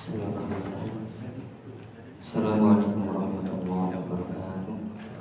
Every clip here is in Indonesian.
Bismillahirrahmanirrahim. Assalamualaikum warahmatullahi wabarakatuh.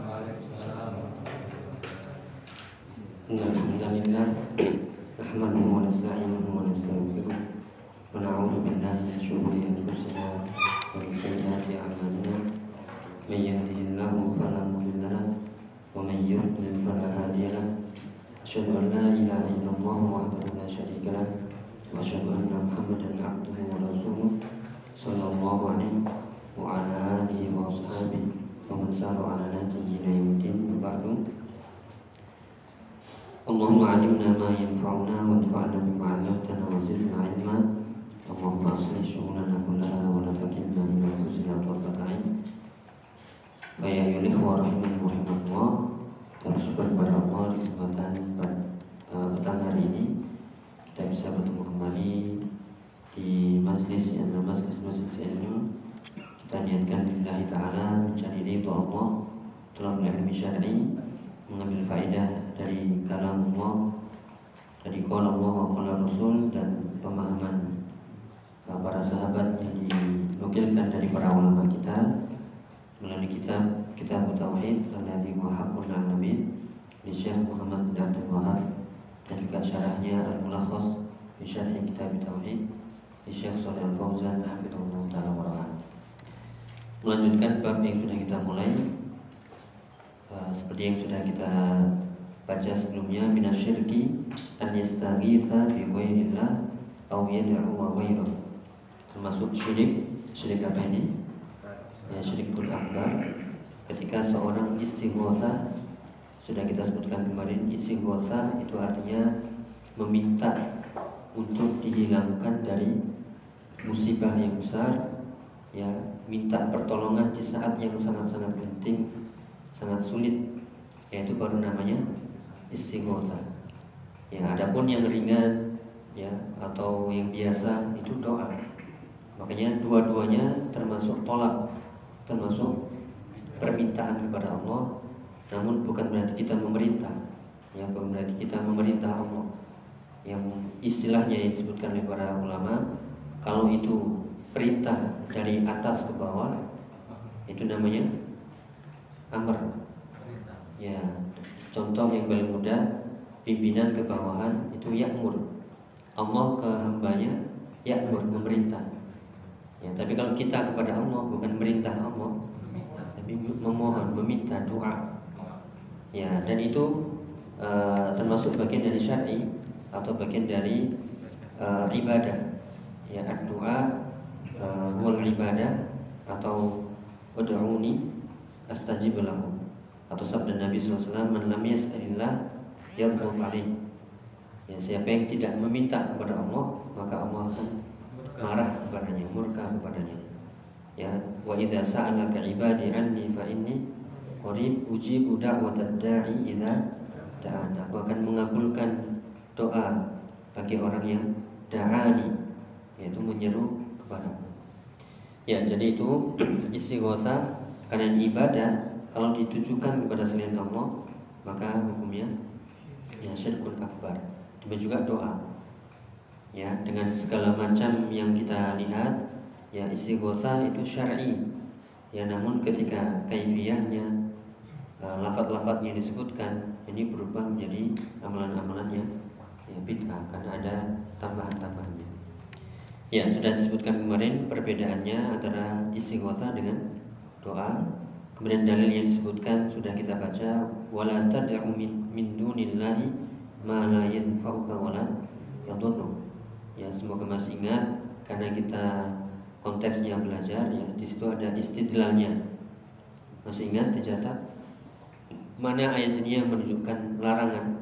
Innal hamdalillah nahmaduhu wa nasta'inuhu wa nastaghfiruh wa na'udzu billahi min shururi anfusina wa min sayyiati a'malina. May yahdihillahu fala mudilla lahu wa may yudlil fala hadiya lahu. Asyhadu an la ilaha illallah wahdahu la syarika lahu wa asyhadu anna Muhammadan 'abduhu wa rasuluh sallallahu alaihi wa ala alihi wa ashabihi wa man sara ala nahjihi ila yaumil ba'du. Allahumma 'allimna ma yanfa'una wanfa'na bima 'allamtana wa zidna 'ilma. Allahumma aslih syu'unana kullaha wa la takilna ila anfusina tarfata 'ain. Ya ayyuhal ikhwah rahimani wa rahimakumullah. Kita bersyukur kepada Allah di kesempatan petang hari ini kita bisa bertemu kembali di majlis yang adalah majlis ilmu. Kita niatkan lillahi ta'ala mencari ridho Allah, talabul ilmi syar'i, mengambil faedah dari kalam Allah, dari qala Allah wa qala Rasul, dan pemahaman para sahabat yang dinukilkan dari para ulama kita melalui kitab Tauhid alladzi huwa haqqun 'ala nabi di Syekh Muhammad bin Abdul Wahhab, dan juga syarahnya Al-Mulakhas di Syarh Kitab Tauhid di Syekh Shalih Al-Fauzan hafizahullah ta'ala wa ra'ah. Melanjutkan bab yang sudah kita mulai, seperti yang sudah kita baca sebelumnya, minasyirki an yastaghitha bi ghairillah aw yad'u wa ghairuh. Termasuk syirik apa ini? Ya, syirikul akbar. Ketika seorang istighotsah, sudah kita sebutkan kemarin, istighotsah itu artinya meminta untuk dihilangkan dari musibah yang besar, ya, minta pertolongan di saat yang sangat-sangat genting, sangat sulit, yaitu baru namanya istighotsah. Ya, adapun yang ringan, ya, atau yang biasa itu doa. Makanya dua-duanya termasuk tolak, termasuk permintaan kepada Allah, namun bukan berarti kita memerintah, ya, bukan berarti kita memerintah Allah. Yang istilahnya yang disebutkan oleh para ulama, kalau itu perintah dari atas ke bawah, itu namanya amr. Ya, contoh yang paling mudah, pimpinan ke bawahan itu ya'mur. Allah ke hambanya ya'mur, memerintah. Ya, tapi kalau kita kepada Allah bukan merintah Allah, tapi memohon, meminta, doa. Ya, dan itu termasuk bagian dari syar'i atau bagian dari ibadah. Ya, doa wal ibadah, atau ud'uni astajib lakum, atau sabda Nabi SAW, man lam yas'alillah yaghdab alaih. Ya, siapa yang tidak meminta kepada Allah, maka Allah akan marah kepadanya, murka kepadanya. Ya, wa idza sa'alaka ibadi anni fa inni qarib ujibu da'watad da'i idza da'an. Aku akan mengabulkan doa bagi orang yang da'ani, yaitu menyeru kepadaku. Ya, jadi itu istighotsah karena ibadah. Kalau ditujukan kepada selain Allah, maka hukumnya ya syirkun akbar. Demikian juga doa. Ya, dengan segala macam yang kita lihat, ya, istighotsah itu syar'i. Ya, namun ketika kaifiyahnya, lafaz-lafaz yang disebutkan ini berubah menjadi amalan-amalan yang ya bid'ah, karena ada tambahan-tambahannya. Ya, sudah disebutkan kemarin perbedaannya antara istighotsah dengan doa. Kemudian dalil yang disebutkan sudah kita baca, wala tad'u min dunillahi ma la yanfa'uka wala yadurruk. Ya, semoga masih ingat, karena kita konteksnya belajar, ya, di situ ada istidlalnya. Masih ingat dicatat? Mana ayat ini yang menunjukkan larangan?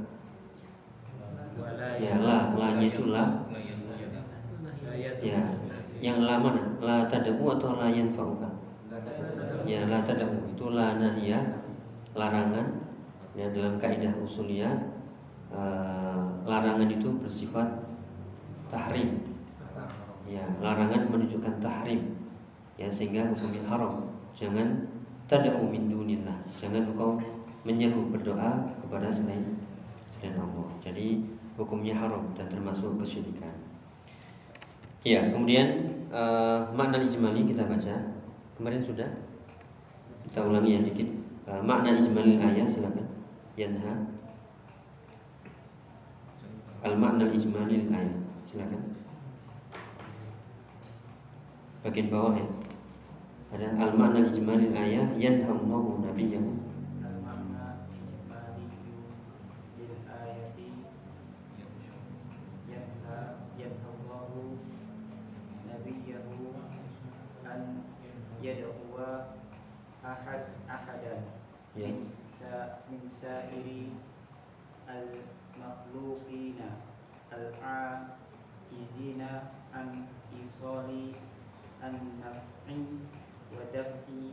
Ya, la-nya itu la. Ya, yang la mana? La tad'u atau la yanfa'uka? Ya, la tad'u itu la nahiyah, larangan. Ya, dalam kaidah usuliyah, larangan itu bersifat tahrim. Ya, larangan menunjukkan tahrim. Ya, sehingga hukumnya haram. Jangan tad'u min dunillah. Jangan engkau menyeru berdoa kepada selain Allah. Jadi hukumnya haram dan termasuk kesyirikan. Ya, kemudian makna ijmali kita baca. Kemarin sudah. Kita ulangi ya dikit. Makna ijmali ayat silakan. Yanha. Al-makna ijmali ayat silakan. Bagian bawah ya. Ada al-makna ijmali ayat yanhallahu nabiyahu. Al-makna ijmali lil ayati yanhallahu nabiyahu an yad'uwa ahadan Ya. min sa'iri al-makhluqina al-ajizina an isoli an-naf'i wa daf'i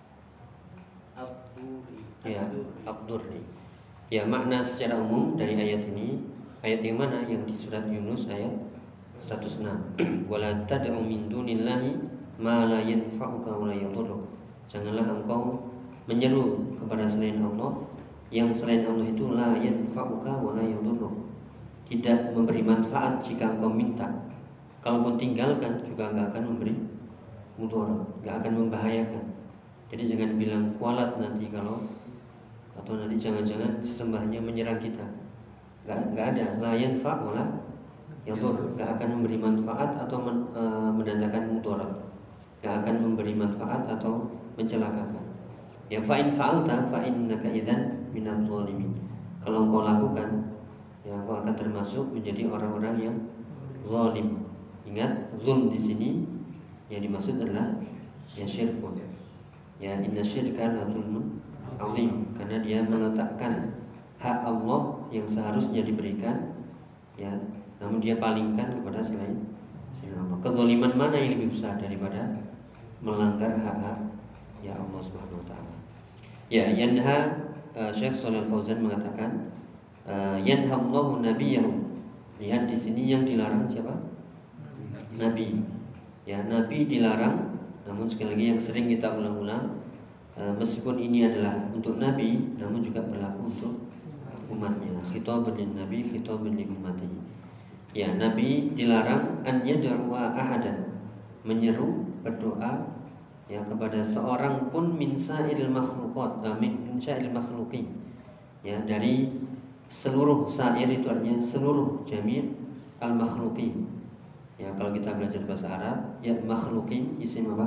Ya, abdurri. Ya, makna secara umum dari ayat ini, ayat yang mana? Yang di surat Yunus ayat 106. Wala tad'u min dunillahi ma la yanfa'uka wa la yadhurruk. Janganlah engkau menyeru kepada selain Allah yang selain Allah itu la yanfa'uka wa la yadhurruk. Tidak memberi manfaat jika engkau minta. Kalaupun tinggalkan juga enggak akan memberi mudarat, enggak akan membahayakan. Jadi jangan bilang kualat nanti kalau, atau nanti jangan-jangan sesembahnya menyerang kita. Enggak ada la yanfa' wala yadur, enggak akan memberi manfaat atau mendatangkan mudarat. Enggak akan memberi manfaat atau mencelakakan. Ya fa in fa'alta fa innaka idzan minadh dhalimin. Kalau engkau lakukan, ya engkau akan termasuk menjadi orang-orang yang zalim. Ingat, zulm di sini yang dimaksud adalah ya syirkun. Ya inna syirka la zulmun azim, karena dia meletakkan hak Allah yang seharusnya diberikan, ya, namun dia palingkan kepada selain Allah. Kezaliman mana yang lebih besar daripada melanggar hak-hak ya Allah Subhanahu wa taala. Ya, yanha Syekh Shalal Fauzan mengatakan yanha Allahu nabiyahu. Lihat di sini yang dilarang siapa? Nabi. Ya, nabi dilarang. Namun sekali lagi yang sering kita ulang-ulang, meskipun ini adalah untuk nabi, namun juga berlaku untuk umatnya. Khitabun lin nabi, khitabun li ummatihi. Ya, nabi dilarang an yad'uwa ahadan, menyeru berdoa ya kepada seorang pun min sa'il makhluqat, min sa'il makhluqin. Ya, dari seluruh sa'ir itu artinya seluruh jami' al makhluqin. Ya, kalau kita belajar bahasa Arab, ya makhluqin isim apa?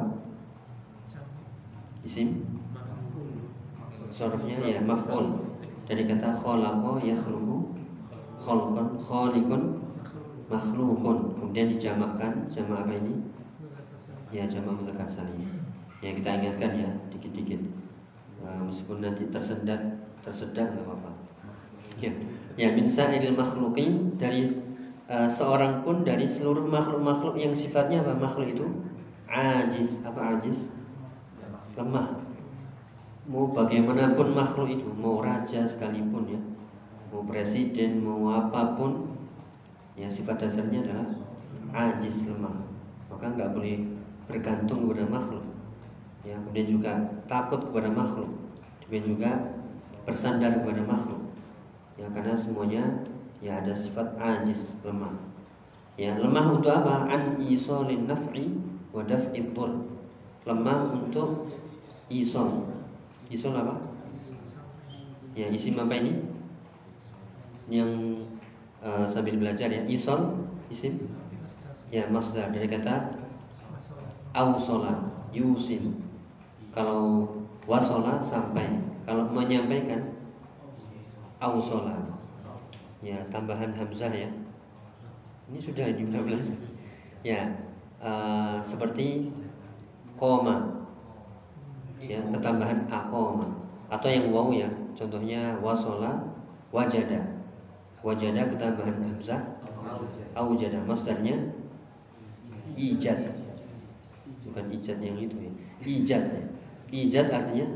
Isim sorofnya ya maf'ul. Dari kata khalaqa yakhluqu, khalqan, khaliqun, makhluqun. Kemudian dijamakkan, jamak apa ini? Ya, jamak mudzakkar salim. Ya, kita ingatkan ya dikit-dikit. Meskipun nanti tersedak enggak apa-apa. Ya, min sa'il makhluqin, dari seorang pun dari seluruh makhluk-makhluk yang sifatnya apa? Makhluk itu ajiz. Apa ajiz? Lemah. Mau bagaimanapun makhluk itu, mau raja sekalipun ya, mau presiden, mau apapun, ya sifat dasarnya adalah ajiz, lemah. Maka nggak boleh bergantung kepada makhluk. Ya, kemudian juga takut kepada makhluk, kemudian juga bersandar kepada makhluk. Ya, karena semuanya ya ada sifat ajiz, lemah. Ya, lemah untuk apa? An isolin naf'i wa daf'id dur. Lemah untuk isol. Isol apa? Ya, isim apa ini? Yang sambil belajar ya. Isol, isim. Ya, masdar dari kata ausola, yusim. Kalau wasola sampai. Kalau menyampaikan ausola. Ya, tambahan hamzah ya. Ini sudah di belakang. Ya, seperti koma. Ya, ketambahan aqoma atau yang waw ya. Contohnya wasola, wajada. Wajada ketambahan hamzah, aujada. Masdarnya ijad. Bukan ijad yang itu ya. Ijad ya. Ijad artinya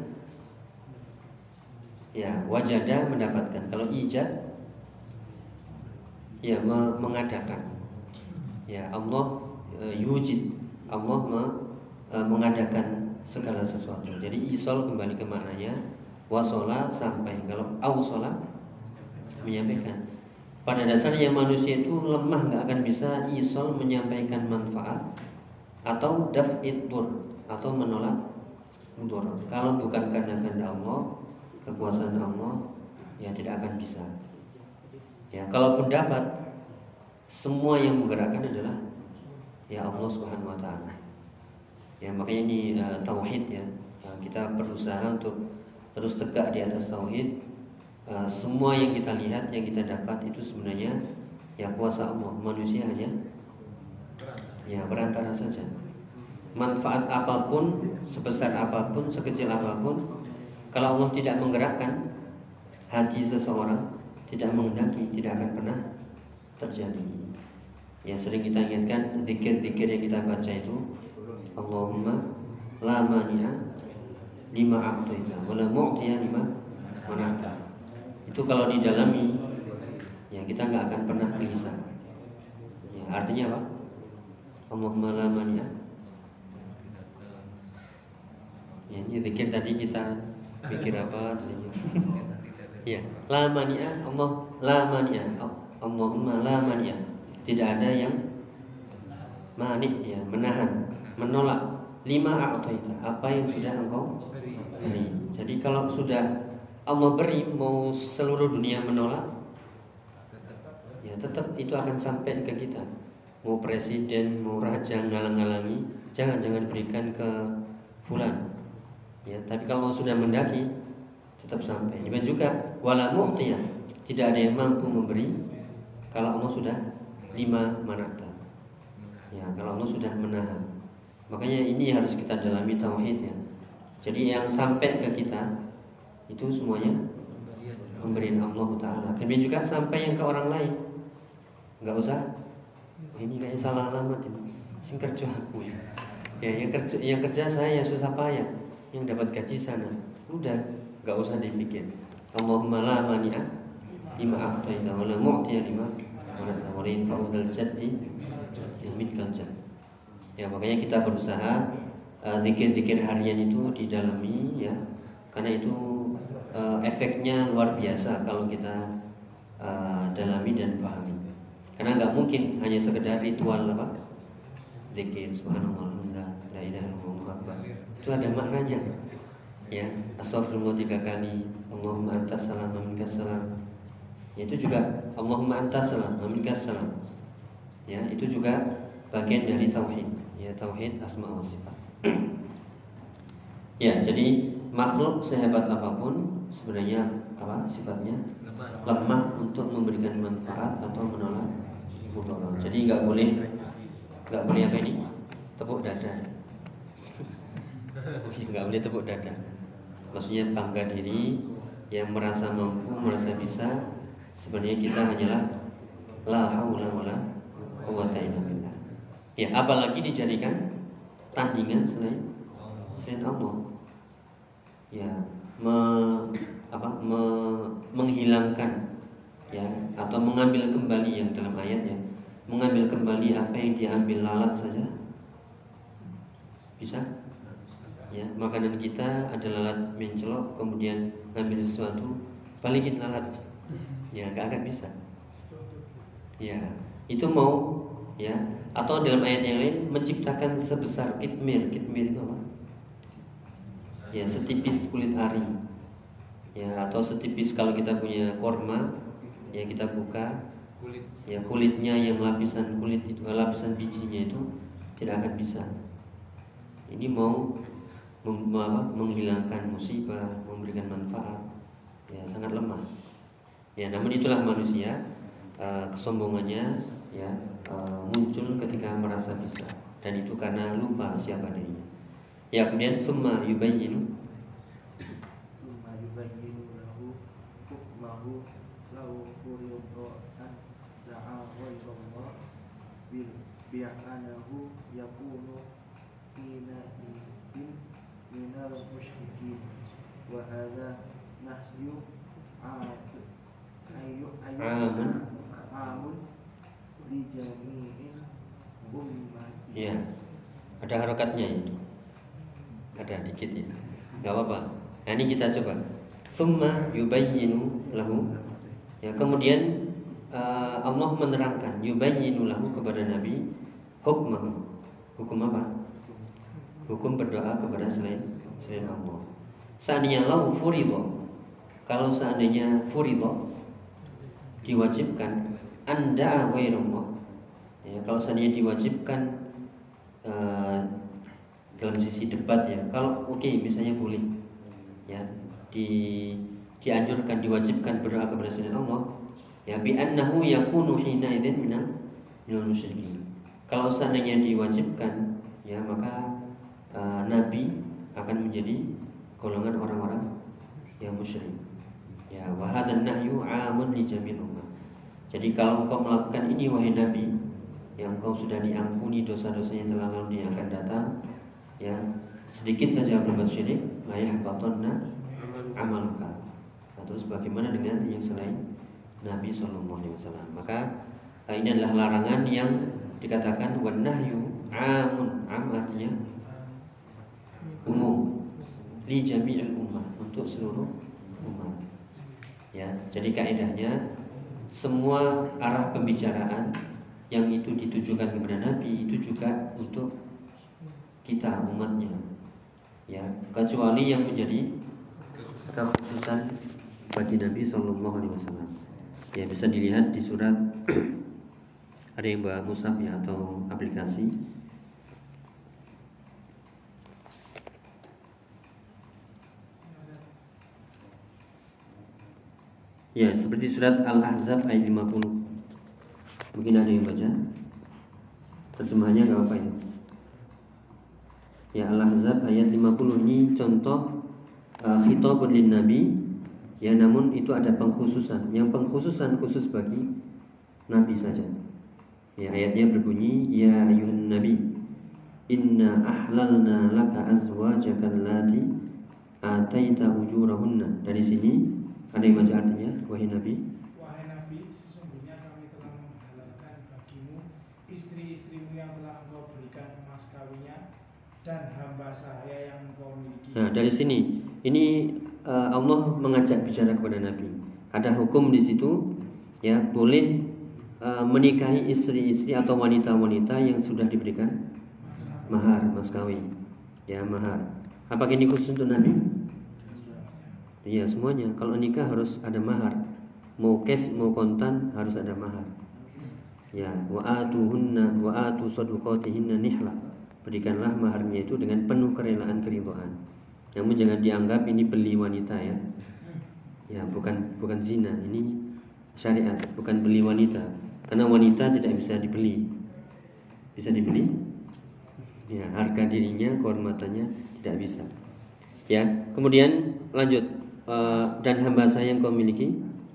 ya, wajada mendapatkan. Kalau ijad ya mengadakan. Ya, Allah yujid. Allah mengadakan segala sesuatu. Jadi isol kembali ke maknanya wasola sampai. Kalau ausola menyampaikan. Pada dasarnya manusia itu lemah, nggak akan bisa isol menyampaikan manfaat atau daf'id dur, atau menolak dur. Kalau bukan karena kehendak Allah, kekuasaan Allah, ya tidak akan bisa. Ya, kalaupun dapat, semua yang menggerakkan adalah ya Allah Subhanahu wa taala. Ya, makanya ini tauhid ya. Kita berusaha untuk terus tegak di atas tauhid. Semua yang kita lihat, yang kita dapat itu sebenarnya ya kuasa Allah. Manusia hanya ya perantara saja. Manfaat apapun, sebesar apapun, sekecil apapun, kalau Allah tidak menggerakkan hati seseorang, tidak menghendaki, tidak akan pernah terjadi. Ya, sering kita ingatkan zikir-zikir yang kita baca itu, Allahumma la mani'a lima a'taita wa la mu'tiya lima mana'ta. Itu kalau didalami, ya kita nggak akan pernah gelisah. Ya, artinya apa? Allahumma la mani'a. Ya, ini zikir tadi kita pikir apa tadinya? Ya, la mani'a, Allah la mani'a. Allahumma la mani'a. Tidak ada yang mani', ya, menahan, menolak lima a'taita, apa yang sudah engkau beri. Jadi kalau sudah Allah beri, mau seluruh dunia menolak, ya tetap itu akan sampai ke kita. Mau presiden, mau raja ngalang-ngalangi, jangan berikan ke fulan. Ya, tapi kalau sudah mendaki, tetap sampai. Demikian juga wala mu'tiya, tidak ada yang mampu memberi kalau Allah sudah lima manata. Ya, kalau Allah sudah menahan. Makanya ini harus kita dalami tauhid ya. Jadi yang sampai ke kita itu semuanya pemberian Allah Ta'ala. Kemudian juga sampai yang ke orang lain. Enggak usah, ini kayaknya salah alamat ini, sing kerja aku ya. Ya, yang kerja saya susah payah, yang dapat gaji sana. Udah, enggak usah dipikir. Allahumma la mani'a lima a'taita wa la mu'tiya lima mana'ta wa la yanfa'u dzal jaddi minkal jadd. Ya, makanya kita berusaha zikir-zikir harian itu didalami ya. Karena itu efeknya luar biasa kalau kita dalami dan pahami. Karena nggak mungkin hanya sekedar ritual apa, zikir subhanallah, alhamdulillah, la ilaha illallah, akbar. Itu ada maknanya. Ya, astagfirullah 3 kali, Allahumma antas salam wa minkas salam. Ya, itu juga Allahumma antas salam wa minkas salam. Ya, itu juga bagian dari tauhid. Ya, tauhid asma wa sifat. Ya, jadi makhluk sehebat apapun sebenarnya apa sifatnya lemah untuk memberikan manfaat atau menolak mudarat. Jadi nggak boleh apa ini tepuk dada. Nggak boleh tepuk dada. Maksudnya bangga diri, yang merasa mampu, merasa bisa. Sebenarnya kita hanyalah la haula wala quwwata illa billah. Ya, apalagi dijadikan tandingan selain Allah. Ya, menghilangkan ya, atau mengambil kembali yang dalam ayat ya, mengambil kembali apa yang diambil lalat saja bisa ya. Makanan kita ada lalat mencelok, kemudian ambil sesuatu balikin lalat ya, gak akan bisa ya. Itu mau ya, atau dalam ayat yang lain menciptakan sebesar kitmir itu apa ya, setipis kulit ari ya, atau setipis kalau kita punya korma ya, kita buka ya, kulitnya yang lapisan kulit itu, lapisan bijinya itu tidak akan bisa. Ini mau menghilangkan musibah, memberikan manfaat ya, sangat lemah ya. Namun itulah manusia, kesombongannya ya muncul ketika merasa bisa, dan itu karena lupa siapa dirinya. Ya, kemudian summa yubayyinu lahu hukmahu lahu furidan da'a ghairallah bi'anahu yakunu hina idin minal musyrikin wa hadha nahyu amun li jami'in ummati. ya, ada harakatnya itu, ada dikit ya, nggak apa-apa. Nah, ini kita coba. Summa yubayyinu lahu ya, kemudian Allah menerangkan yubayyinu lahu kepada Nabi hukmahu. Hukum apa? Hukum berdoa kepada selain Allah. Seandainya lau furido, kalau seandainya furido diwajibkan, anda ghairullah, ya, kalau seandainya diwajibkan dalam sisi debat ya, kalau misalnya boleh ya, dianjurkan, diwajibkan berdoa kepada selain Allah ya, bi annahu yakunu hina idzin minal musyrikin. Kalau seandainya diwajibkan ya, maka Nabi akan menjadi golongan orang-orang yang musyrik. Ya, wa hadzal nahyu 'amun li jamil ummah. Jadi kalau engkau melakukan ini wahai Nabi, yang engkau sudah diampuni dosa-dosanya yang telah lalu yang akan datang, ya, sedikit saja berbuat syirik, la yahbatanna amaluka. Nah, terus bagaimana dengan yang selain Nabi sallallahu alaihi wasallam? Maka ini adalah larangan yang dikatakan wan nahyu 'amun, artinya umum, li jami'il ummah, untuk seluruh umat. Ya, jadi kaidahnya semua arah pembicaraan yang itu ditujukan kepada Nabi itu juga untuk kita umatnya. Ya, kecuali yang menjadi kekhususan bagi Nabi sallallahu alaihi wasallam. Ya, bisa dilihat di surat ada yang bawa mushaf ya atau aplikasi. Ya, seperti surat Al-Ahzab ayat 50. Mungkin ada yang baca. Terjemahannya enggak apa ya. Ya, Al-Ahzab ayat 50 ini contoh khitabun lin nabi. Ya, namun itu ada pengkhususan. Yang pengkhususan khusus bagi Nabi saja. Ya, ayatnya berbunyi, ya ayuhan nabi, inna ahlalna laka azwajaka allati ataita ujurahunna. Dari sini ada yang baca artinya, wahai Nabi, sesungguhnya kami telah menghalalkan bagimu istri-istrimu yang telah engkau berikan emas kawinnya dan hamba sahaya yang engkau miliki. Nah, dari sini ini Allah mengajak bicara kepada Nabi. Ada hukum di situ, ya, boleh menikahi istri-istri atau wanita-wanita yang sudah diberikan mahar, mas kawin. Ya, mahar. Apakah ini khusus untuk Nabi? Iya, semuanya. Kalau nikah harus ada mahar. Mau cash mau kontan harus ada mahar. Ya, wa atu sadaqatihinna nihla. Berikanlah maharnya itu dengan penuh kerelaan, keridhaan. Namun jangan dianggap ini beli wanita ya. Ya, bukan zina. Ini syariat, bukan beli wanita. Karena wanita tidak bisa dibeli. Bisa dibeli? Ya, harga dirinya, kehormatannya tidak bisa. Ya, kemudian lanjut. Dan hamba saya yang kau miliki.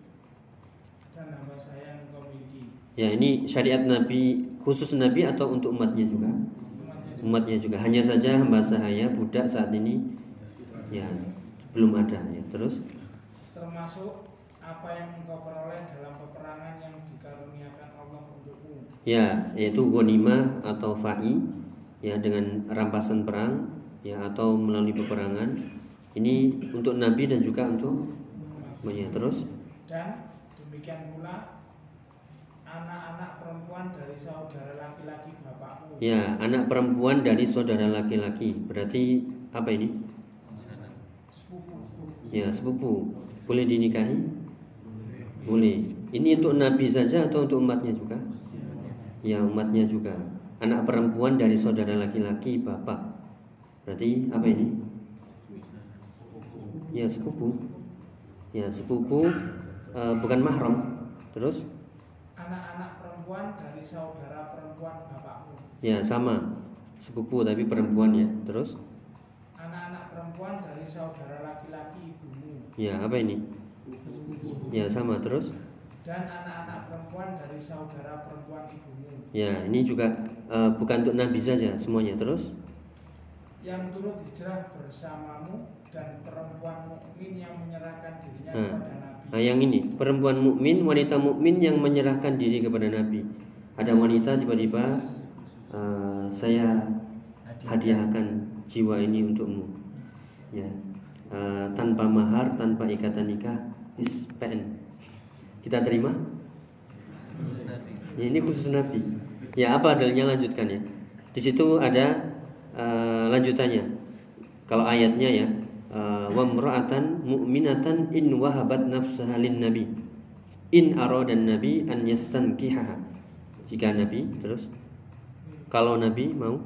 Ya, ini syariat Nabi, khusus Nabi atau untuk umatnya juga? Umatnya juga. Hanya saja hamba saya budak saat ini ya belum ada ya. Terus termasuk apa yang engkau peroleh dalam peperangan yang dikaruniakan Allah untukmu. Ya, yaitu ghanimah atau fa'i ya, dengan rampasan perang ya, atau melalui peperangan. Ini untuk Nabi dan juga untuk umatnya. Terus dan demikian pula anak-anak perempuan dari saudara laki-laki bapakmu. Ya, anak perempuan dari saudara laki-laki. Berarti apa ini? Sepupu. Ya, sepupu. Boleh dinikahi? Boleh. Ini untuk Nabi saja atau untuk umatnya juga? Ya, umatnya juga. Anak perempuan dari saudara laki-laki bapak. Berarti apa ini? Ya, sepupu. Ya, sepupu bukan mahram. Terus anak-anak perempuan dari saudara perempuan bapakmu. Ya, sama. Sepupu tapi perempuan ya. Terus anak-anak perempuan dari saudara laki-laki ibumu. Ya, apa ini? Ya, sama. Terus dan anak-anak perempuan dari saudara perempuan ibumu. Ya, ini juga bukan untuk Nabi saja, semuanya. Terus yang turut hijrah bersamamu dan perempuan mukmin yang menyerahkan dirinya kepada Nabi. Nah, yang ini perempuan mukmin, wanita mukmin yang menyerahkan diri kepada Nabi. Ada wanita tiba-tiba saya hadiahkan jiwa ini untukmu. Ya, tanpa mahar, tanpa ikatan nikah, PN. Kita terima? Ya, ini khusus Nabi. Ya, apa dalilnya, lanjutkan ya. Di situ ada lanjutannya. Kalau ayatnya ya, wa imra'atan mu'minatan in wahabat nafsaha lin nabi in aradan nabi an yastankihaha. Jika nabi terus kalau nabi mau,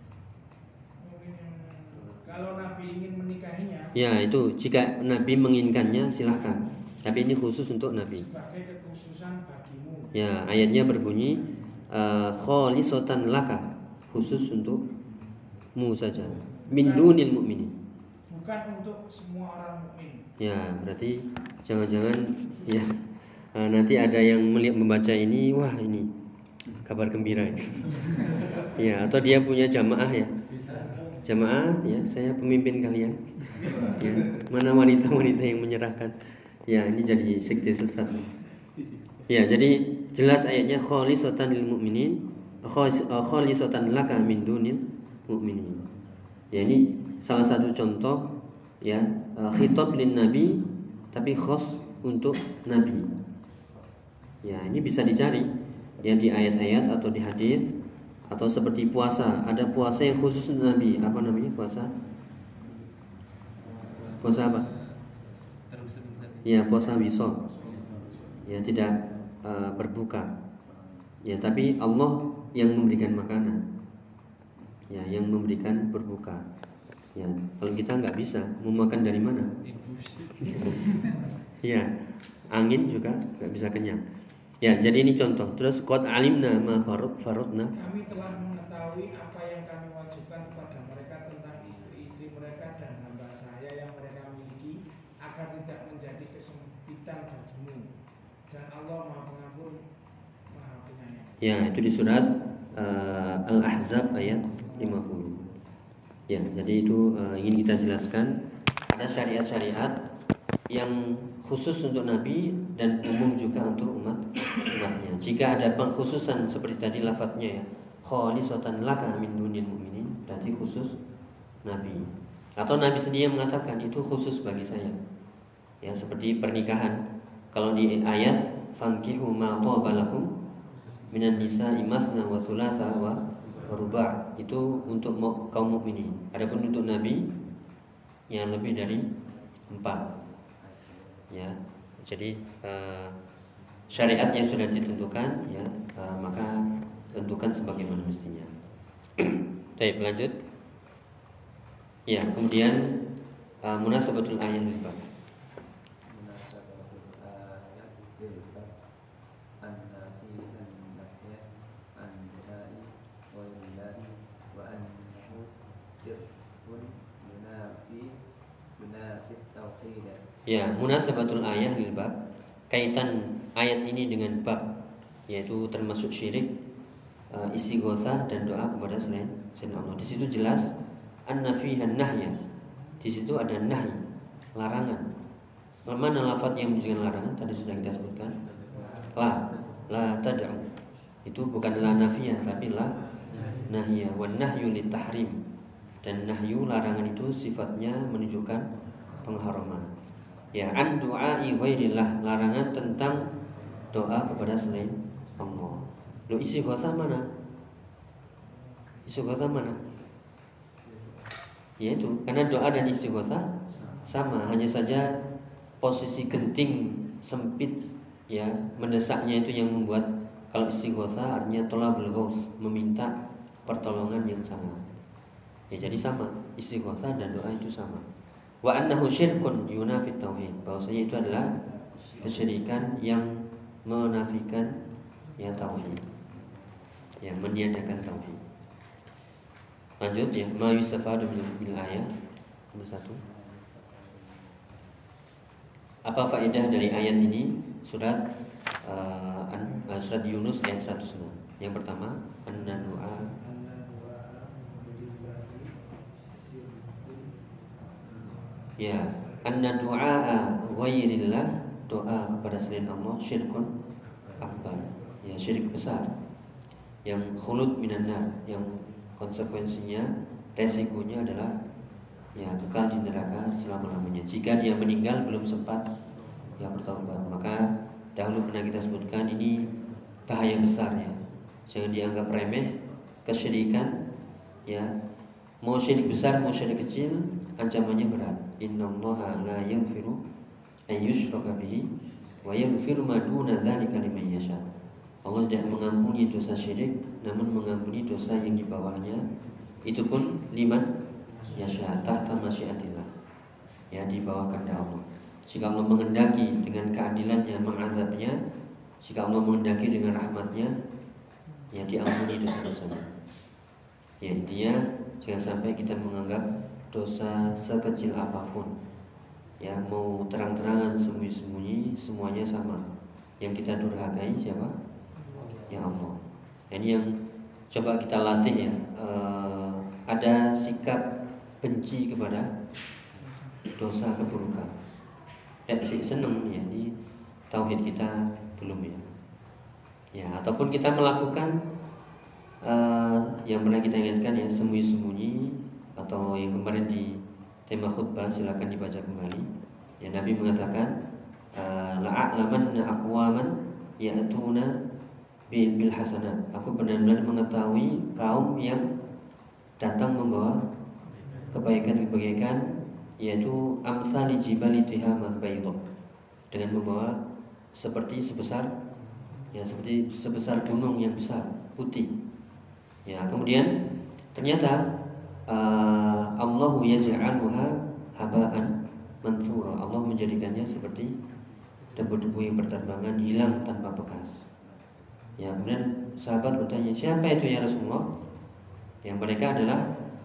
kalau nabi ingin menikahinya, ya itu jika nabi menginginkannya silahkan. Tapi ini khusus untuk nabi. Sebagai kekhususan bagimu. Ya, ayatnya berbunyi khalisatan laka, khusus untukmu saja. Min dunil mu'minin. Bukan untuk semua orang mukmin. Ya, berarti jangan-jangan ya nanti ada yang membaca ini, wah ini kabar gembira. Ya, atau dia punya jamaah ya. Jamaah ya, saya pemimpin kalian. Ya, mana wanita-wanita yang menyerahkan? Ya, ini jadi sekte sesat. Ya, jadi jelas ayatnya khalisatan lil mu'minin, khalisatan laka min dunil mu'minin. Ya, ini salah satu contoh ya, khitab lin nabi tapi khas untuk nabi. Ya, ini bisa dicari ya di ayat-ayat atau di hadis, atau seperti puasa. Ada puasa yang khusus untuk nabi. Apa namanya puasa? Puasa apa? Ya, puasa wisol. Ya, tidak berbuka. Ya, tapi Allah yang memberikan makanan. Ya, yang memberikan berbuka. Ya, kalau kita nggak bisa, mau makan dari mana? Ya, angin juga nggak bisa kenyang. Ya, jadi ini contoh. Terus qad alimna ma farudna. Kami telah mengetahui apa yang kami wajibkan kepada mereka tentang istri-istri mereka dan hamba sahaya yang mereka miliki, agar tidak menjadi kesempitan bagimu. Dan Allah Maha Pengampun, Maha Penyayang. Ya, itu di surat Al-Ahzab ayat 50. Ya, jadi itu ingin kita jelaskan ada syariat-syariat yang khusus untuk Nabi dan umum juga untuk umatnya. Jika ada pengkhususan seperti tadi lafadznya ya, khalisatan laka min dunil mu'minin, berarti khusus Nabi. Atau Nabi sendiri yang mengatakan itu khusus bagi saya. Ya, seperti pernikahan. Kalau di ayat fankihu ma taba lakum minan nisa'i mathna wa thulatha wa ruba', itu untuk kaum mukminin. Adapun untuk Nabi yang lebih dari 4. Ya, jadi syariat yang sudah ditentukan ya, maka tentukan sebagaimana mestinya. Baik, lanjut. Ya, kemudian munasabatul ayat lil bab. Munasabatul ayat lil bab an-nafi an-nahya an-nahi wal nahi wa annahu sirrun yunafi tauhid. Ya, munasabatul ayat lil bab, kaitan ayat ini dengan bab, yaitu termasuk syirik, istighotsah dan doa kepada selain Allah. Di situ jelas an-nafi an-nahya. Di situ ada nahi, larangan. Mana lafaz yang menunjukkan larangan? Tadi sudah kita sebutkan. La tad'u. Itu bukan la nafiyah tapi la nahiyah. Wan nahyu litahrim. Dan nahyu larangan itu sifatnya menunjukkan pengharaman. Ya, an du'ai ghairillah, larangan tentang doa kepada selain Allah. Lo istighotsah mana? Istighotsah mana? Ya itu, karena doa dan istighotsah sama, hanya saja posisi genting sempit ya, mendesaknya itu yang membuat. Kalau istighotsah artinya thalabul ghauth, meminta pertolongan yang sangat. Ya, jadi sama, istighotsah dan doa itu sama. Wa annahu syirkun yunafi tauhid, bahwasanya itu adalah kesyirikan yang menafikan ya tauhid, yang meniadakan tauhid. Lanjut ya, ma yustafadu bil ayat nomor 1. Apa faedah dari ayat ini? Surat surat Yunus ayat 106. Yang pertama, an-du'a. Ya, anna du'a ghairillah, doa kepada selain Allah syirkun akbar. Ya, syirik besar yang khulud minan nar, yang konsekuensinya, resikonya adalah ya kekal di neraka selama-lamanya. Jika dia meninggal belum sempat ya bertaubat, maka dahulu pernah kita sebutkan ini bahaya besar ya. Jangan dianggap remeh kesyirikan Ya, mau syirik besar mau syirik kecil ancamannya berat. Innallaha la yaghfiru an yushraka bihi wa yaghfiru ma duna dzalika liman yasha. Allah tidak mengampuni dosa syirik, namun mengampuni dosa yang di bawahnya. Itu pun liman yasha, tahta masyiatillah. Ya, di bawah kehendak Allah. Jika Allah menghendaki dengan keadilannya mengazabnya, jika Allah menghendaki dengan rahmatnya, ya diampuni dosa-dosanya. Ya, intinya jangan sampai kita menganggap dosa sekecil apapun, ya mau terang-terangan sembunyi-sembunyi semuanya sama. Yang kita durhakai siapa? Ya Allah. Ini yang coba kita latih ya. Ada sikap benci kepada dosa keburukan. Sih seneng ya di tauhid kita belum ya. Ya, ataupun kita melakukan yang pernah kita ingatkan ya, sembunyi-sembunyi, atau yang kemarin di tema khutbah silakan dibaca kembali. Ya, Nabi mengatakan la'alamanna aqwaman ya'tuna bil hasanat. Aku benar-benar mengetahui kaum yang datang membawa kebaikan-kebaikan, yaitu amsali jibali tihamah baydah, dengan membawa seperti sebesar gunung yang besar putih. Ya, kemudian ternyata Allahu yaj'aluha haba'an mansura. Allah menjadikannya seperti debu-debu yang berterbangan, hilang tanpa bekas. Ya, kemudian sahabat bertanya, siapa itu ya Rasulullah? Yang mereka adalah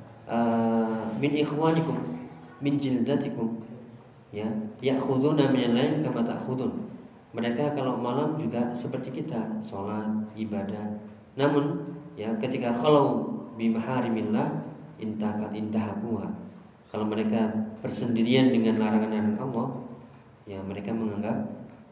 min ikhwanikum min jildatikum, ya ya'khuduna min al-lail kama ta'khudun. Mereka kalau malam juga seperti kita, sholat, ibadah. Namun ya ketika khalau bi maharimillah intahakuha. Kalau mereka bersendirian dengan larangan Allah, ya mereka menganggap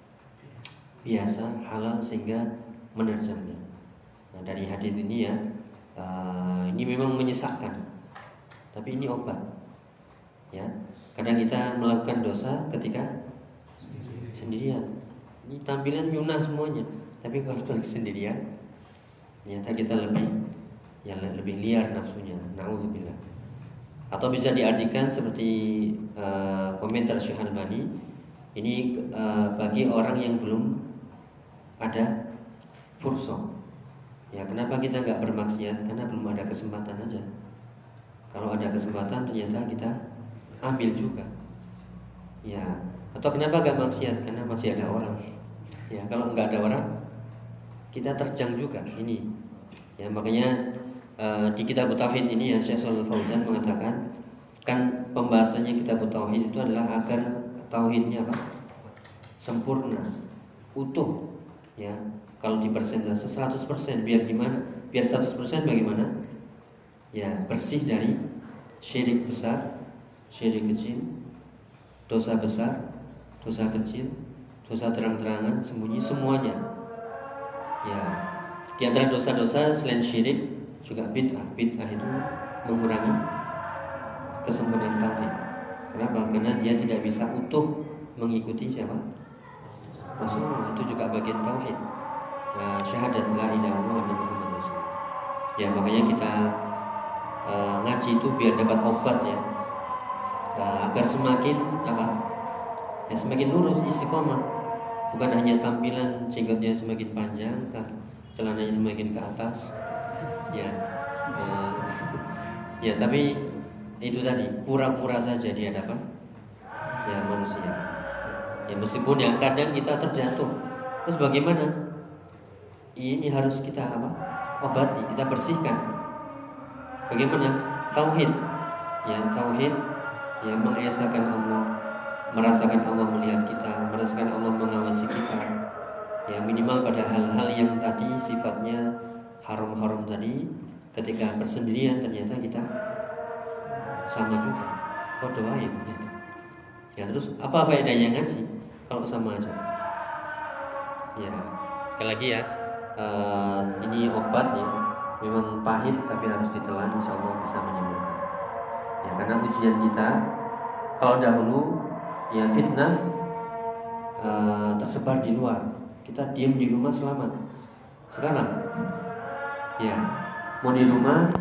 biasa, halal, sehingga menerjangnya. Nah, dari hadis ini ya, ini memang menyesakkan, tapi ini obat. Ya, kadang kita melakukan dosa ketika sendirian. Ini tampilan Yunus semuanya, tapi kalau lagi sendirian, ternyata kita lebih liar nafsunya. Na'udzubillah. Atau bisa diartikan seperti komentar Syekh Albani. Ini bagi orang yang belum ada fursah. Ya, kenapa kita nggak bermaksiat? Karena belum ada kesempatan aja. Kalau ada kesempatan ternyata kita ambil juga. Ya, atau kenapa nggak maksiat? Karena masih ada orang. Ya, kalau nggak ada orang, kita terjang juga. Ini, ya makanya di kitab Tauhid ini ya Syekh Shalal Fauzan mengatakan, kan pembahasannya kitab Tauhid itu adalah agar tauhidnya apa? Sempurna, utuh. Ya, kalau di persentase 100%, biar gimana? Biar 100% bagaimana? Ya, bersih dari syirik besar, syirik kecil, dosa besar, dosa kecil, dosa terang-terangan, sembunyi, semuanya. Ya, di antara dosa-dosa selain syirik juga bid'ah. Bid'ah itu mengurangi kesempurnaan tauhid. Kenapa? Karena dia tidak bisa utuh mengikuti siapa? Rasulullah. Itu juga bagian tauhid. Syahadat la ilaha illallah Muhammadur Rasulullah. Ya, makanya kita ngaji itu biar dapat obat ya. Agar semakin apa? Ya, semakin lurus istiqomah. Bukan hanya tampilan jenggotnya semakin panjang, celananya semakin ke atas. Ya, tapi itu tadi pura-pura saja di hadapan ya manusia. Ya, meskipun ya kadang kita terjatuh. Terus bagaimana? Ini harus kita apa? Obati, kita bersihkan. Bagaimana? Tauhid. Ya, tauhid ya mengesahkan Allah, merasakan Allah melihat kita, merasakan Allah mengawasi kita. Ya, minimal pada hal-hal yang tadi sifatnya haram-haram tadi, ketika bersendirian ternyata kita sama juga. Oh, doa itu ternyata. Ya, terus apa faedahnya ngaji kalau sama aja? Ya, sekali lagi ya, ini obat ya, memang pahit tapi harus ditelan, insya Allah bisa menyembuhkan. Ya, karena ujian kita kalau dahulu ya fitnah tersebar di luar, kita diam di rumah selamat. Sekarang ya mau di rumah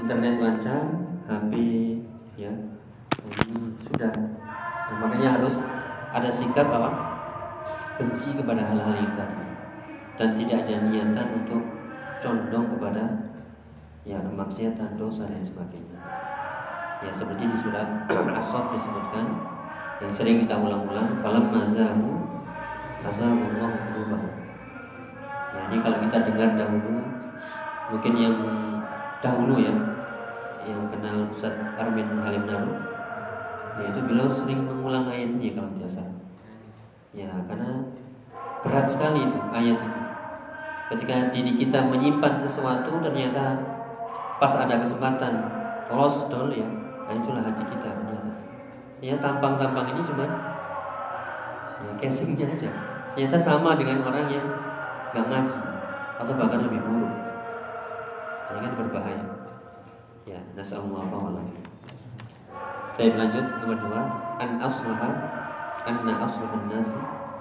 internet lancar, HP ya, ini sudah. Nah, makanya harus ada sikap apa? Benci kepada hal-hal yang tadi, dan tidak ada niatan untuk condong kepada ya kemaksiatan, dosa dan sebagainya. Ya seperti di surat As-Saff disebutkan yang sering kita ulang-ulang, falamma zaghu azaghallahu qulubahum. Ya, ini kalau kita dengar dahulu, mungkin yang dahulu ya, yang kenal Ustaz Armin Halim Naru, yaitu beliau sering mengulang ayat ini kalau tidak salah. Ya karena berat sekali itu ayat itu. Ketika diri kita menyimpan sesuatu, ternyata pas ada kesempatan lost doll ya, nah itulah hati kita ternyata. Ya tampang-tampang ini cuma ya casingnya aja. Ternyata sama dengan orang yang nggak ngaji atau bahkan lebih buruk. Ini kan berbahaya. Ya, nasallahu alaihi. Baik, lanjut nomor 2, anna aslahan nasi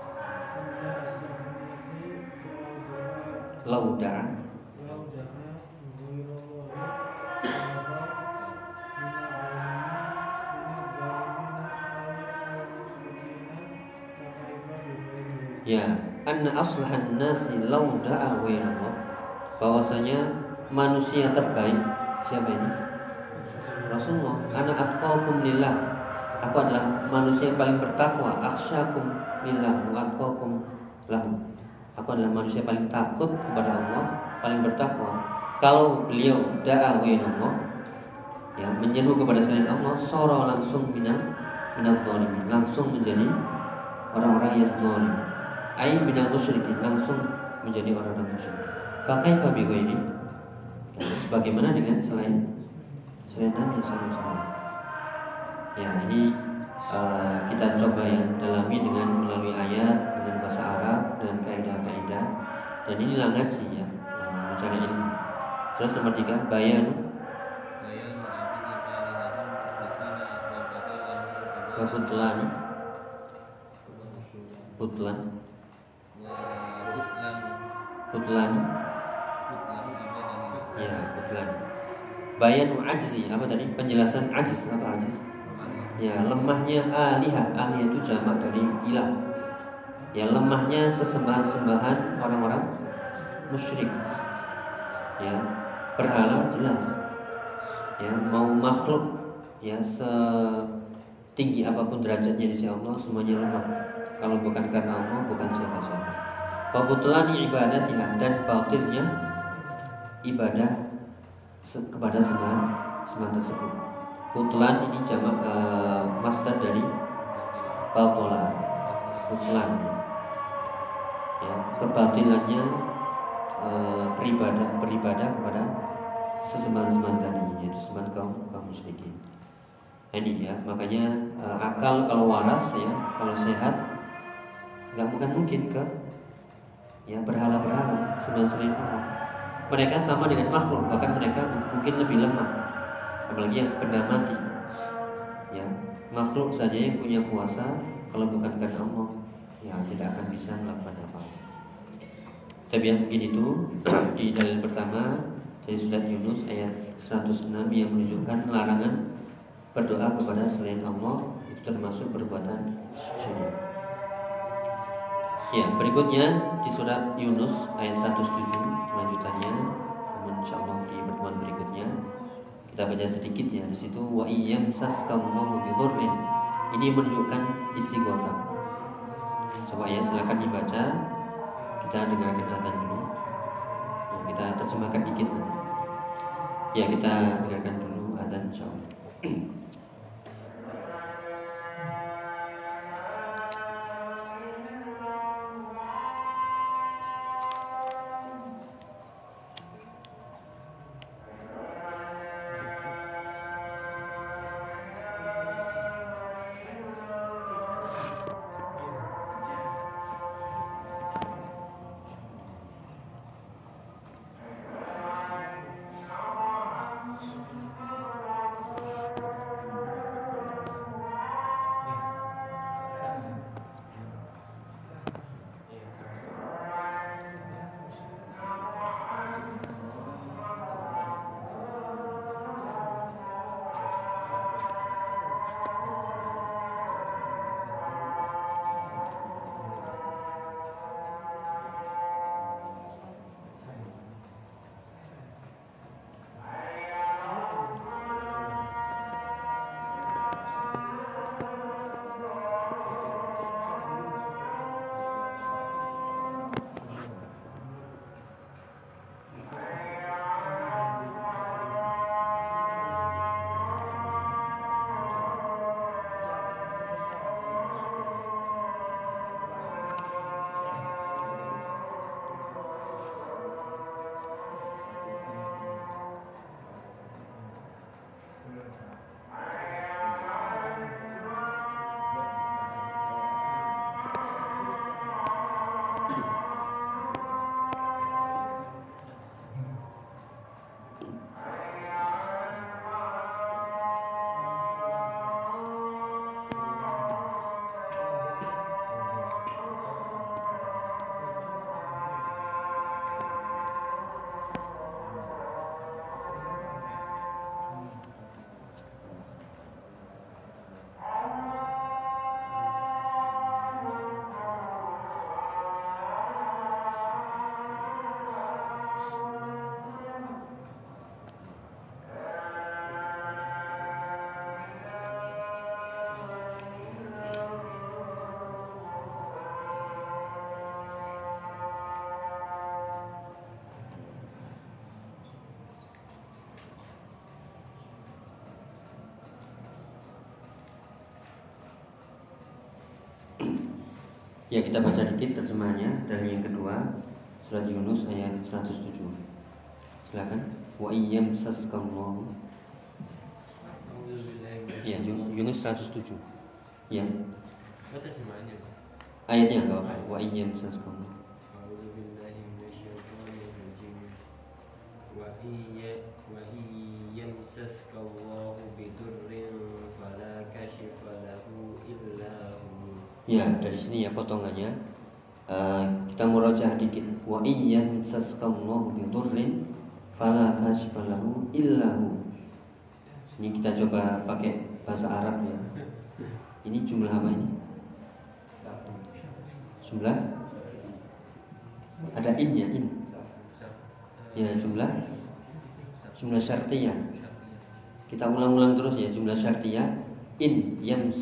lauda'a ya, anna aslahan nasi lauda'a ghairallah, bahwasanya manusia terbaik siapa ini? Rasulullah. Ana atqakum lillah, aku adalah manusia yang paling bertakwa. Akhsyakum lillah wa atqakum lahu, aku adalah manusia paling takut kepada Allah, paling bertakwa. Kalau beliau da'a ghairallah, ya menyeru kepada selain Allah, sara langsung minat zalimin, langsung menjadi orang-orang yang zalim. Ai minal musyrikin, langsung menjadi orang-orang musyrik. Fa kaifa bi ghairi, sebagaimana dengan selain Nabi SAW. Ya ini kita coba ya dalami dengan melalui ayat, dengan bahasa Arab dan kaidah-kaidah, dan inilah ngaji ya, mencari ilmu. Terus nomor 3, bayan butlan ya, butlan. Bayanu ajzi, apa tadi? Penjelasan ajz, apa ajz? Ya, lemahnya alihah itu jamak dari ilah. Ya, lemahnya sesembahan-sembahan orang-orang musyrik. Ya, berhala jelas. Ya, mau makhluk ya setinggi apapun derajatnya di sisi Allah, semuanya lemah. Kalau bukan karena Allah, bukan siapa-siapa. Wa butlani ibadatiha, dan batilnya ibadah kepada sembahan tersebut. Butlan ini jamak master dari batola, butlan. Ya, kebatilannya beribadah kepada sesembahan tadi, yaitu sembahan kaum musyrikin. Ini ya, makanya akal kalau waras ya, kalau sehat, bukan mungkin ke ya berhala-berhala sembahan selain Allah. Mereka sama dengan makhluk, bahkan mereka mungkin lebih lemah, apalagi yang benda mati. Ya, makhluk saja yang punya kuasa, kalau bukan karena Allah, ya tidak akan bisa melakukan apa-apa. Tapi yang mungkin itu di dalil pertama dari surat Yunus ayat 106 yang menunjukkan larangan berdoa kepada selain Allah, itu termasuk perbuatan syirik. Ya, berikutnya di surat Yunus ayat 107 lanjutannya, namun insyaallah di pertemuan berikutnya kita baca sedikit ya. Di situ wa iyyamsaskallahu bidurrin, ini menunjukkan isi ghathah. Coba ya, silakan dibaca, kita dengarkan adzan dulu. Ya, kita terjemahkan dikit nanti. Ya, kita dengarkan dulu adzan insyaallah. Ya, kita baca dikit terjemahannya dari yang kedua, surat Yunus ayat 107. Silakan. Wa iyyam saskallahu. Ya, Yunus 107. Ya. terjemahannya Mas. Ayatnya enggak apa-apa. Wa iyyam saskallahu. A'udzubillahi minasyaitonirrajim. Wa iyyamsaskallahu bidurrin fala kashifa lahu illa hu. Ya, dari sini ya potongannya. Kita murojaah dikit. Wa iyyamsaskallahu bidurrin fala kashifa lahu illa hu. Ini kita coba pakai bahasa Arab ya. Ini jumlah apa ini? Jumlah? Ada in-nya, in. Ya, jumlah syartiyah. Kita ulang-ulang terus ya, jumlah syartiyah. In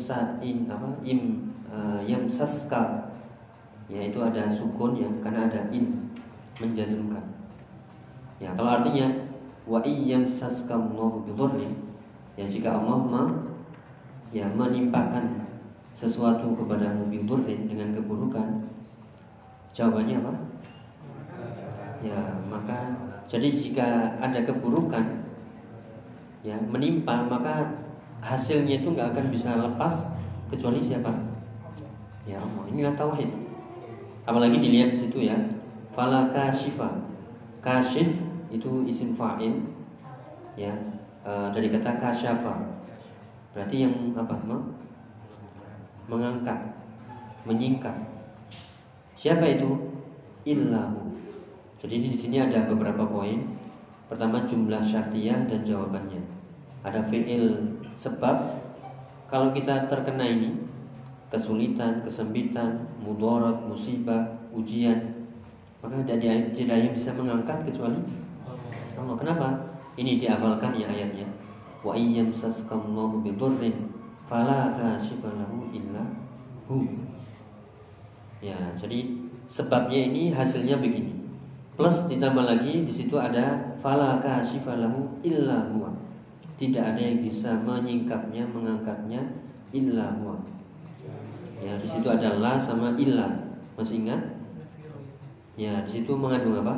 yamsaska. Ya, itu ada sukun ya, karena ada in menjazmkan. Ya, kalau artinya wa iyyamsaskallahu bidurrin, ya jika Allah menimpakan sesuatu kepadamu bidurrin dengan keburukan, jawabannya apa? Ya, maka jadi jika ada keburukan ya menimpa, maka hasilnya itu nggak akan bisa lepas kecuali siapa? Ya Allah. Inilah tauhid. Apalagi dilihat di situ ya, fala kashifa. Kashif itu isim fa'il ya, dari kata kasyafa. Berarti yang apa? Mengangkat, menyingkap. Siapa itu? Illahu. Jadi di sini ada beberapa poin. Pertama, jumlah syartiyah dan jawabannya. Ada fi'il sebab. Kalau kita terkena ini, kesulitan, kesempitan, mudarat, musibah, ujian, maka tidak ada yang bisa mengangkat kecuali Allah. Kenapa? Ini diamalkan ya ayatnya. Wa iyyamsaskallahu bidurrin fala kashifa lahu illa hu. Ya, jadi sebabnya ini hasilnya begini. Plus ditambah lagi di situ ada fala kashifa lahu illa huwa. Tidak ada yang bisa menyingkapnya, mengangkatnya illa huwa. Ya, di situ ada la sama illa. Masih ingat? Ya, di situ mengandung apa?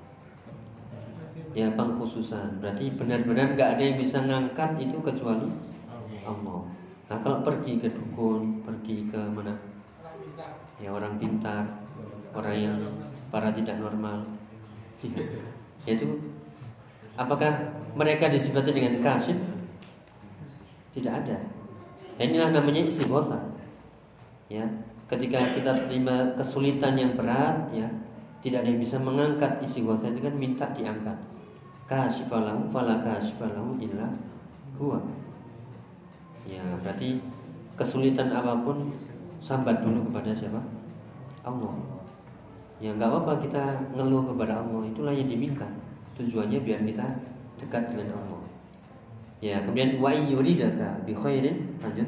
Ya, pengkhususan. Berarti benar-benar nggak ada yang bisa ngangkat itu kecuali Allah. Nah, kalau pergi ke dukun, pergi ke mana? Ya, orang pintar, orang yang para tidak normal. Yaitu apakah mereka disifati dengan kasyif? Tidak ada. Nah, inilah namanya istighotsah. Ya, ketika kita terima kesulitan yang berat, ya, tidak ada yang bisa mengangkat istighotsah itu kan minta diangkat. Kasyifalahu fala kasyifalahu illa huwa. Ya, berarti kesulitan apapun sambat dulu kepada siapa? Allah. Ya, nggak apa-apa kita ngeluh kepada Allah, itulah yang diminta. Tujuannya biar kita dekat dengan Allah. Ya, kemudian wa yuridaka bi khairin, lanjut.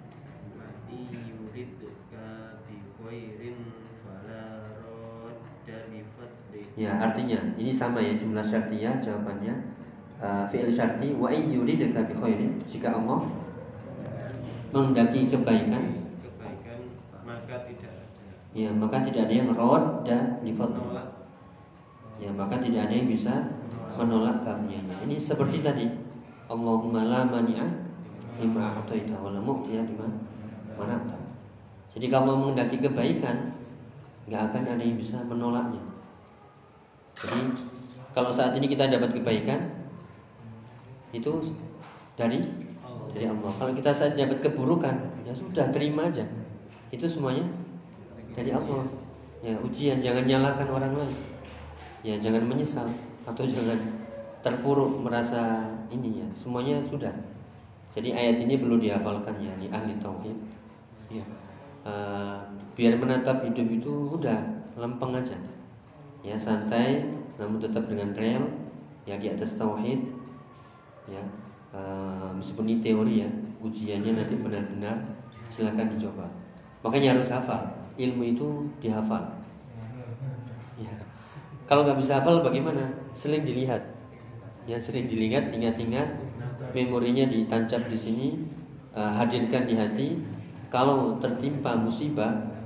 Ya, artinya ini sama ya, jumlah syartiyah jawabannya fi'il syarti wa yuridaka bi khairin, jika Allah menghendaki kebaikan maka tidak ada. Ya, maka tidak ada yang radda li fadli. Ya, maka tidak ada yang bisa menolak karunia-Nya. Ini seperti tadi, Allahumma la mani'a lima a'taita wa la mu'tiya lima mana'ta. Jadi kalau menghendaki kebaikan, enggak akan ada yang bisa menolaknya. Jadi kalau saat ini kita dapat kebaikan, itu dari Allah. Kalau kita saat dapat keburukan, ya sudah, terima aja. Itu semuanya dari Allah. Ya, ujian, jangan nyalahkan orang lain. Ya, jangan menyesal atau jangan terpuruk merasa ini ya. Semuanya sudah. Jadi ayat ini perlu dihafalkan ya, di ahli tauhid. Ya. Biar menatap hidup itu udah lempeng aja. Ya, santai namun tetap dengan real, ya, di atas tauhid. Ya. Meskipun ini teori ya, ujiannya nanti benar-benar silakan dicoba. Makanya harus hafal. Ilmu itu dihafal. Ya. Kalau nggak bisa hafal bagaimana? Sering dilihat. Ya, sering dilihat, ingat-ingat, memorinya ditancap di sini, hadirkan di hati. Kalau tertimpa musibah,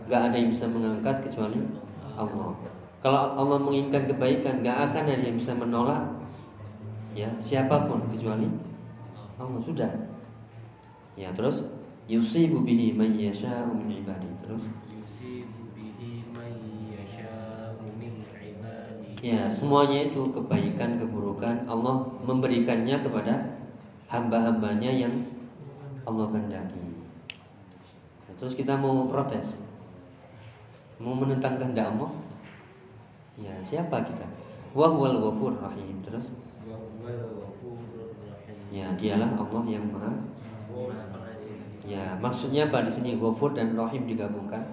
nggak ada yang bisa mengangkat kecuali Allah. Kalau Allah menginginkan kebaikan, nggak akan ada yang bisa menolak ya siapapun kecuali Allah. Sudah ya. Terus yusibu bihi man yasha'u min ibadi. Terus yusibu bihi man yasha'u min ibadi. ya, semuanya itu kebaikan, keburukan Allah memberikannya kepada hamba-hambanya yang Allah kehendaki. Nah, terus kita mau protes, mau menentang kehendak Allah, ya siapa kita? Wa huwal ghafur rahim. Terus Wa huwal ghafurur rahim. ya, dialah Allah yang maha. Maha Pengasih. Ya, maksudnya apa di sini ghafur dan rahim digabungkan?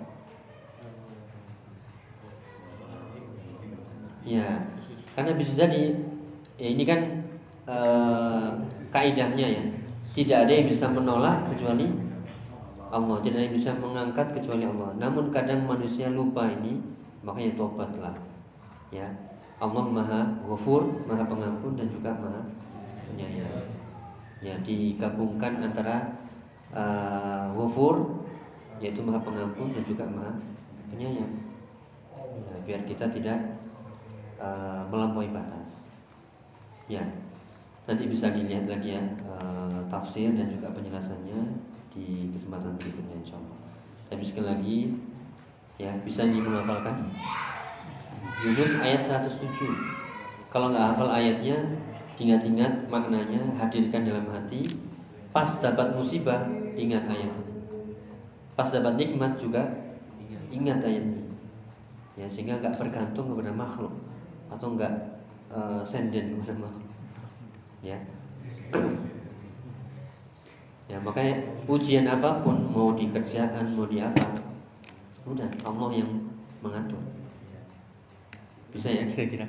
Ya, karena bisa jadi ya ini kan kaidahnya ya, tidak ada yang bisa menolak kecuali Allah, tidak ada yang bisa mengangkat kecuali Allah. Namun kadang manusia lupa ini, makanya tobatlah. Ya, Allah Maha Ghafur, Maha Pengampun dan juga Maha Penyayang. Ya, digabungkan antara Ghafur yaitu Maha Pengampun dan juga Maha Penyayang. Ya, biar kita tidak melampaui batas. Ya, nanti bisa dilihat lagi ya tafsir dan juga penjelasannya di kesempatan berikutnya insyaallah. Tapi sekali lagi ya, bisa menghafalkan Yunus ayat 107. Kalau nggak hafal ayatnya, ingat-ingat maknanya, hadirkan dalam hati. Pas dapat musibah, ingat ayat ini. Pas dapat nikmat juga ingat ayat ini. Ya, sehingga nggak bergantung kepada makhluk atau nggak senden kepada makhluk. Ya. Ya, makanya ujian apapun, mau di kerjaan, mau di apa, udah Allah yang mengatur. Bisa ya kira-kira?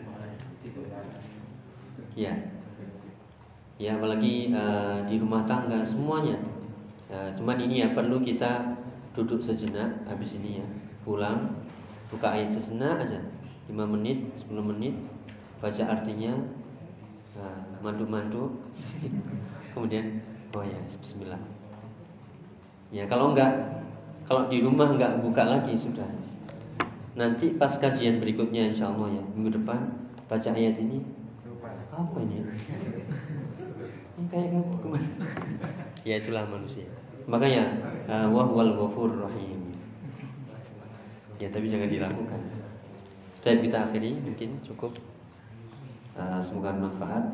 Ya. Ya, apalagi di rumah tangga semuanya. Cuman ini ya perlu kita duduk sejenak habis ini ya. Pulang, buka ayat sejenak aja, 5 menit, 10 menit, baca artinya, mandu-mandu, kemudian oh ya, bismillah. Ya, kalau di rumah enggak buka lagi sudah. Nanti pas kajian berikutnya insya Allah ya, minggu depan baca ayat ini. Apa ini? Ini kayak kemana? Ya itulah manusia. Makanya wa huwal ghafur rahim. Ya, tapi jangan dilakukan. Jadi kita akhiri, mungkin cukup. Semoga bermanfaat.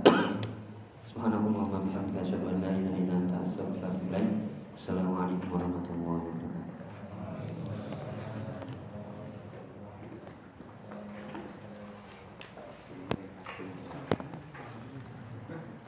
Subhanallah wa bihamdihi asyhadu an la ilaha illa anta astaghfiruka wa atubu ilaik. Assalamualaikum warahmatullahi wabarakatuh.